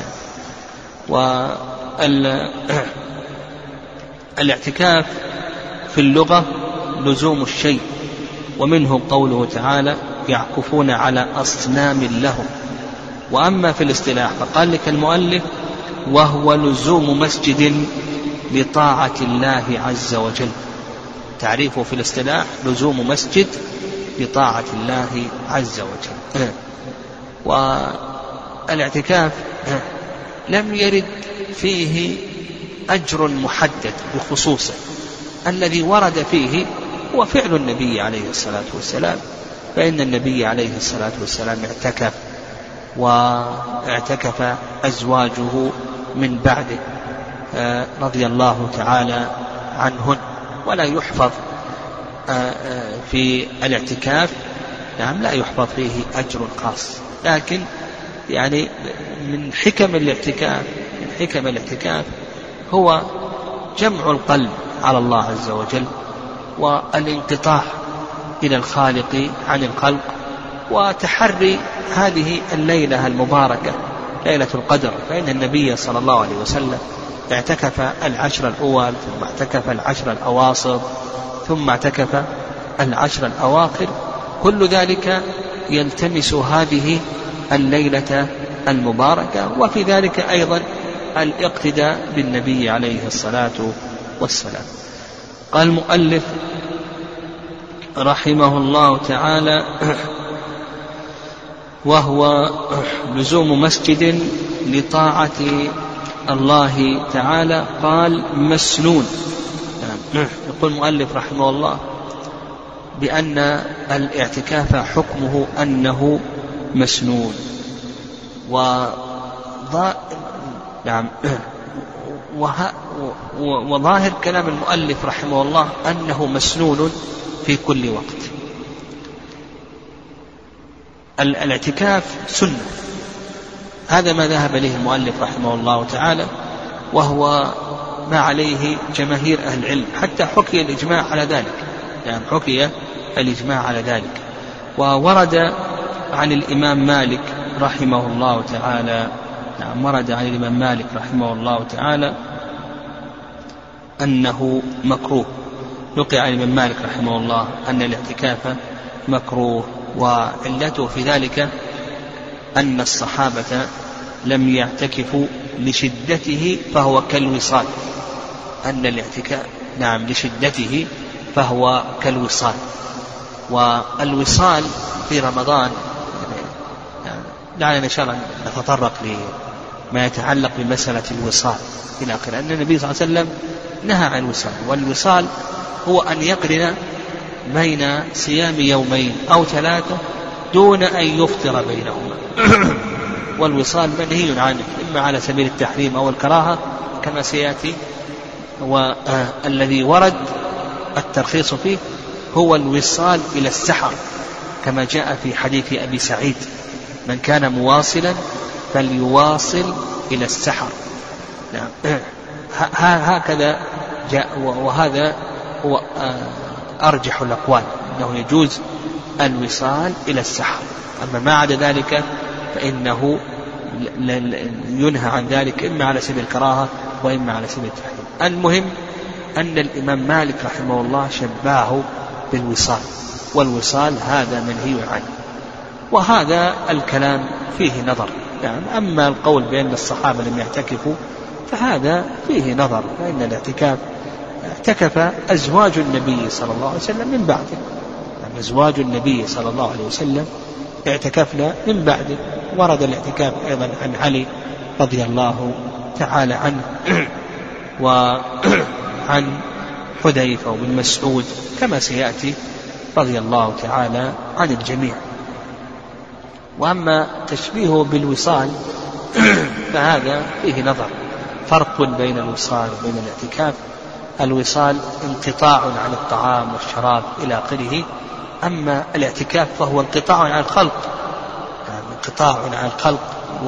والاعتكاف في اللغة لزوم الشيء ومنه قوله تعالى يعكفون على أصنام لهم. وأما في الاصطلاح فقال لك المؤلف وهو لزوم مسجد لطاعة الله عز وجل. تعريفه في الاصطلاح لزوم مسجد لطاعة الله عز وجل. والاعتكاف لم يرد فيه أجر محدد بخصوصه الذي ورد فيه هو فعل النبي عليه الصلاة والسلام فإن النبي عليه الصلاة والسلام اعتكف واعتكف أزواجه من بعده رضي الله تعالى عنهن ولا يحفظ في الاعتكاف نعم لا يحفظ فيه أجر خاص لكن يعني من حكم الاعتكاف من حكم الاعتكاف هو جمع القلب على الله عز وجل والانقطاع إلى الخالق عن الخلق وتحري هذه الليلة المباركة ليلة القدر فإن النبي صلى الله عليه وسلم اعتكف العشر الأول ثم اعتكف العشر الأواصر ثم اعتكف العشر الأواخر كل ذلك يلتمس هذه الليلة المباركة وفي ذلك أيضا الاقتداء بالنبي عليه الصلاة والسلام. قال المؤلف رحمه الله تعالى وهو لزوم مسجد لطاعة الله تعالى قال مسنون. يقول المؤلف رحمه الله بأن الاعتكاف حكمه أنه مسنون نعم وظاهر كلام المؤلف رحمه الله أنه مسنون في كل وقت. الاعتكاف سنة هذا ما ذهب إليه المؤلف رحمه الله تعالى وهو ما عليه جماهير أهل العلم حتى حكي الإجماع على ذلك يعني حكي الإجماع على ذلك. وورد عن الإمام مالك رحمه الله تعالى نعم ورد عن الإمام مالك رحمه الله تعالى أنه مكروه. يقع عن الإمام مالك رحمه الله أن الاعتكاف مكروه وعلته في ذلك أن الصحابة لم يعتكفوا لشدته فهو كالوصال أن الاعتكاف نعم لشدته فهو كالوصال. والوصال في رمضان دعنا إن شاء الله نتطرق لما يتعلق بمسألة الوصال إلى آخره. أن النبي صلى الله عليه وسلم نهى عن الوصال. والوصال هو أن يقرن بين صيام يومين أو ثلاثة دون أن يفطر بينهما. والوصال منهي عنه إما على سبيل التحريم أو الكراهة كما سيأتي. والذي ورد الترخيص فيه هو الوصال إلى السحر كما جاء في حديث أبي سعيد: من كان مواصلا فليواصل إلى السحر. نعم. هكذا جاء، وهذا هو أرجح الأقوال أنه يجوز الوصال إلى السحر. أما ما عدا ذلك فإنه ينهى عن ذلك إما على سبيل الكراهة وإما على سبيل التحريم. المهم أن الإمام مالك رحمه الله شبهه بالوصال، والوصال هذا منهي عنه. وهذا الكلام فيه نظر. يعني أما القول بأن الصحابة لم يعتكفوا فهذا فيه نظر، فإن الاعتكاف اعتكف أزواج النبي صلى الله عليه وسلم من بعده. يعني أزواج النبي صلى الله عليه وسلم اعتكفنا من بعده. ورد الاعتكاف أيضا عن علي رضي الله تعالى عنه وعن حذيفة وابن مسعود كما سيأتي رضي الله تعالى عن الجميع. وأما تشبيهه بالوصال فهذا فيه نظر. فرق بين الوصال وبين الاعتكاف: الوصال انقطاع عن الطعام والشراب إلى آخره، أما الاعتكاف فهو انقطاع عن الخلق، يعني انقطاع عن الخلق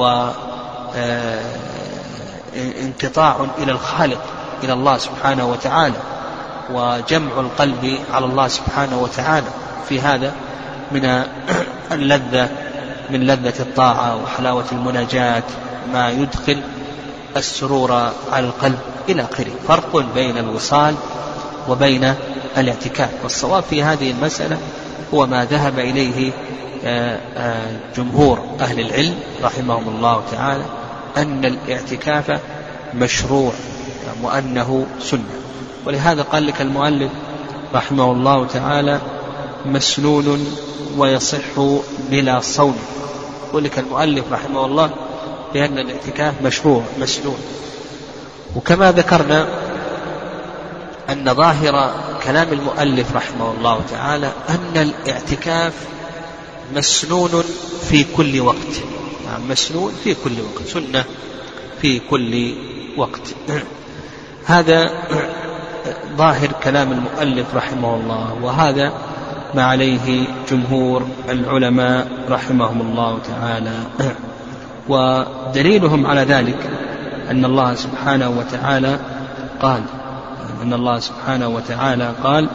وانقطاع إلى الخالق، إلى الله سبحانه وتعالى، وجمع القلب على الله سبحانه وتعالى في هذا من اللذة من لذة الطاعة وحلاوة المناجاة ما يدخل السرور على القلب إلى آخره. فرق بين الوصال وبين الاعتكاف. والصواب في هذه المسألة هو ما ذهب إليه جمهور أهل العلم رحمهم الله تعالى، أن الاعتكاف مشروع وأنه سنة. ولهذا قال لك المؤلف رحمه الله تعالى: مسنون ويصح بلا صوم. يقول لك المؤلف رحمه الله بأن الاعتكاف مشروع مسنون. وكما ذكرنا أن ظاهر كلام المؤلف رحمه الله تعالى أن الاعتكاف مسنون في كل وقت. يعني مسنون في كل وقت، سنة في كل وقت. هذا ظاهر كلام المؤلف رحمه الله، وهذا ما عليه جمهور العلماء رحمهم الله تعالى. ودليلهم على ذلك أن الله سبحانه وتعالى قال أن الله سبحانه وتعالى قال: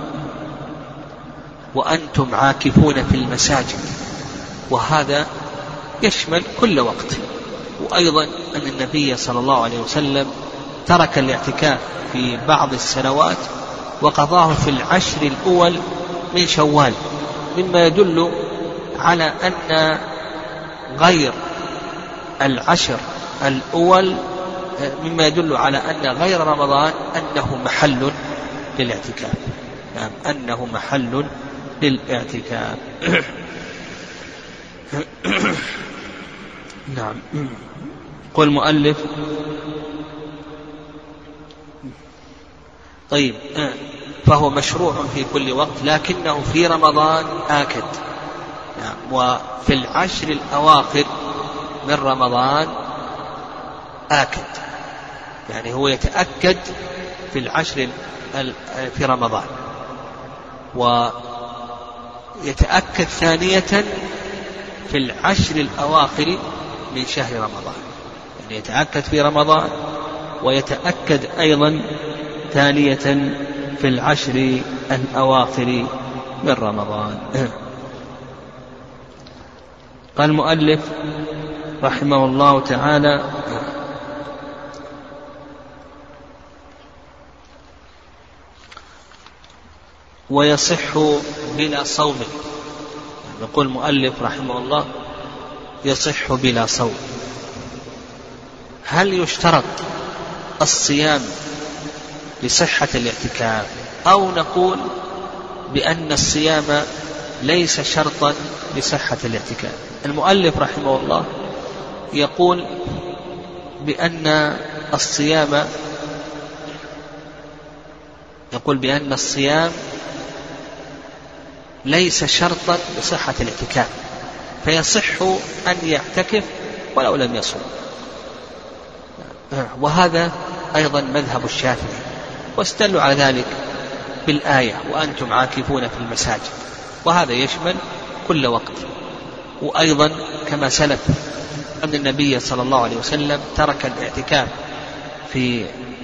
وأنتم عاكفون في المساجد. وهذا يشمل كل وقت. وأيضا أن النبي صلى الله عليه وسلم ترك الاعتكاف في بعض السنوات وقضاه في العشر الأول من شوال، مما يدل على أن غير العشر الأول مما يدل على أن غير رمضان أنه محل للاعتكاف. نعم، أنه محل للاعتكاف. نعم. قل المؤلف: طيب، فهو مشروع في كل وقت لكنه في رمضان آكد. نعم. وفي العشر الأواخر من رمضان آكد، يعني هو يتأكد في العشر في رمضان، ويتأكد ثانية في العشر الأواخر من شهر رمضان. يعني يتأكد في رمضان ويتأكد أيضا ثانية في العشر الأواخر من رمضان. قال المؤلف رحمه الله تعالى: ويصح بلا صوم. يقول المؤلف رحمه الله: يصح بلا صوم. هل يشترط الصيام لصحة الاعتكاف، أو نقول بأن الصيام ليس شرطا لصحة الاعتكاف؟ المؤلف رحمه الله يقول بأن الصيام يقول بأن الصيام ليس شرطا لصحة الاعتكاف، فيصح أن يعتكف ولو لم يصوم. وهذا أيضا مذهب الشافعي، واستدلوا على ذلك بالآية وأنتم عاكفون في المساجد، وهذا يشمل كل وقت. وأيضا كما سلف أن النبي صلى الله عليه وسلم ترك الاعتكاف في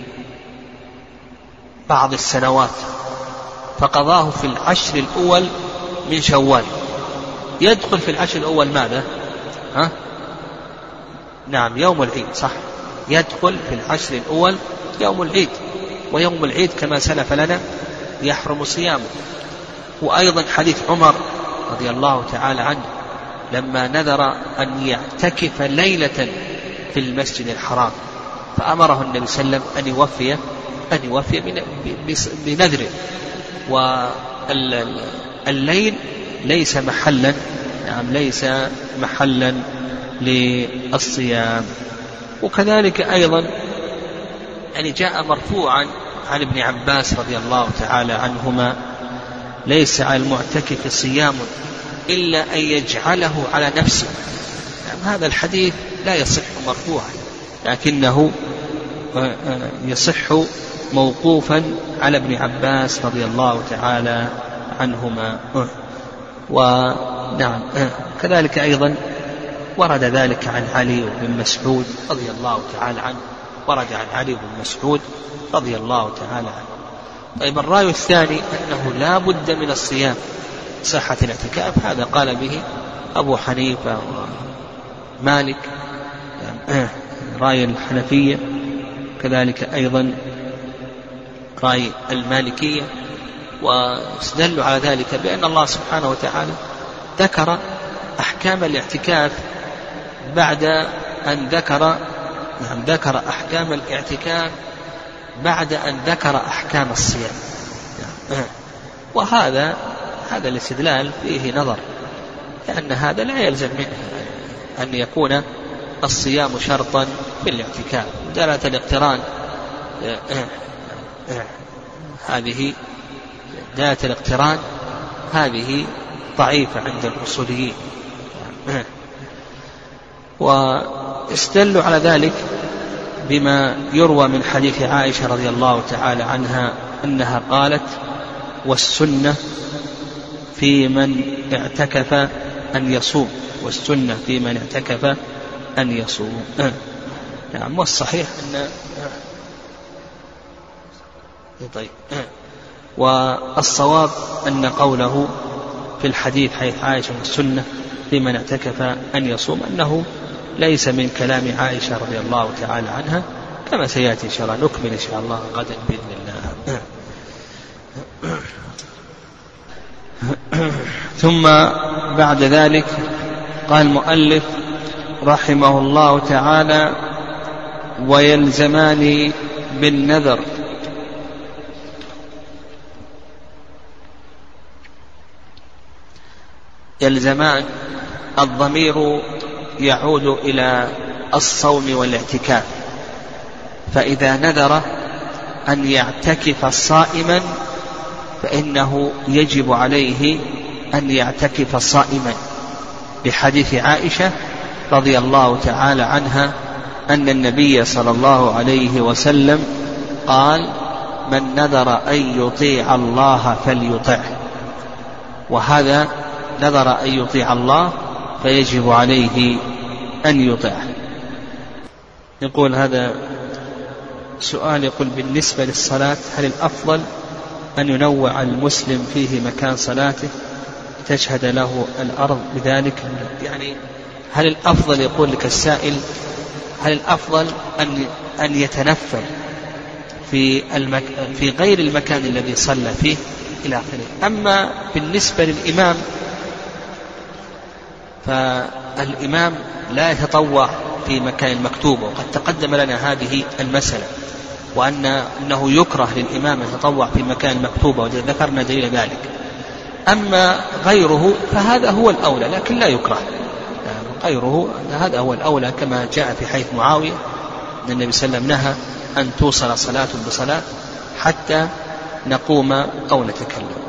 بعض السنوات فقضاه في العشر الأول من شوال. يدخل في العشر الأول ماذا؟ ها؟ نعم يوم العيد، صح، يدخل في العشر الأول يوم العيد، ويوم العيد كما سلف لنا يحرم صيامه. وأيضا حديث عمر رضي الله تعالى عنه لما نذر أن يعتكف ليلة في المسجد الحرام فأمره النبي صلى الله عليه وسلم أن يوفي أن يوفي بنذره. والليل ليس محلا، نعم ليس محلا للصيام. وكذلك أيضا يعني جاء مرفوعا عن ابن عباس رضي الله تعالى عنهما: ليس على المعتكف صيام إلا أن يجعله على نفسه. يعني هذا الحديث لا يصح مرفوعا، لكنه يصح موقوفا على ابن عباس رضي الله تعالى عنهما. ونعم كذلك أيضا ورد ذلك عن علي بن مسعود رضي الله تعالى عنه، ورد عن علي بن مسعود رضي الله تعالى عنه. طيب الرأي الثاني أنه لا بد من الصيام صحة الاعتكاف، هذا قال به أبو حنيفة ومالك، رأي الحنفية، كذلك أيضا رأي المالكية. واستدلوا على ذلك بأن الله سبحانه وتعالى ذكر أحكام الاعتكاف بعد أن ذكر نعم ذكر أحكام الاعتكاف بعد أن ذكر أحكام الصيام. وهذا هذا الاستدلال فيه نظر، لأن هذا لا يلزم منه أن يكون الصيام شرطا في الاعتكاف. دلالة الاقتران هذه دلالة الاقتران هذه ضعيفة عند الأصوليين. واستدلوا على ذلك بما يروى من حديث عائشة رضي الله تعالى عنها أنها قالت: والسنة في من اعتكف أن يصوم، والسنة في من اعتكف أن يصوم. نعم. والصحيح أن طيب والصواب أن قوله في الحديث حيث عائشة والسنة في من اعتكف أن يصوم أنه ليس من كلام عائشة رضي الله تعالى عنها، كما سيأتي إن شاء الله نكمل إن شاء الله غدا بإذن الله. ثم بعد ذلك قال المؤلف رحمه الله تعالى: ويلزمان بالنذر. يلزمان الضمير يعود إلى الصوم والاعتكاف، فإذا نذر أن يعتكف صائما فإنه يجب عليه أن يعتكف صائما، بحديث عائشة رضي الله تعالى عنها أن النبي صلى الله عليه وسلم قال: من نذر أن يطيع الله فليطعه. وهذا نذر أن يطيع الله فيجب عليه أن يطيعه. يقول هذا سؤال، يقول: بالنسبة للصلاة هل الأفضل أن ينوع المسلم فيه مكان صلاته تشهد له الأرض بذلك؟ يعني هل الأفضل، يقول لك السائل، هل الأفضل أن أن يتنفل في المك... في غير المكان الذي صلى فيه إلى آخره؟ أما بالنسبة للإمام فالإمام لا يتطوع في مكان المكتوب، وقد تقدم لنا هذه المسألة، وأن أنه يكره للإمام أن يتطوع في مكان المكتوب، وذكرنا دليل ذلك. أما غيره فهذا هو الأولى، لكن لا يكره غيره، هذا هو الأولى، كما جاء في حديث معاوية أن النبي صلى الله عليه وسلم نهى أن توصل صلاة بصلاة حتى نقوم أو نتكلم.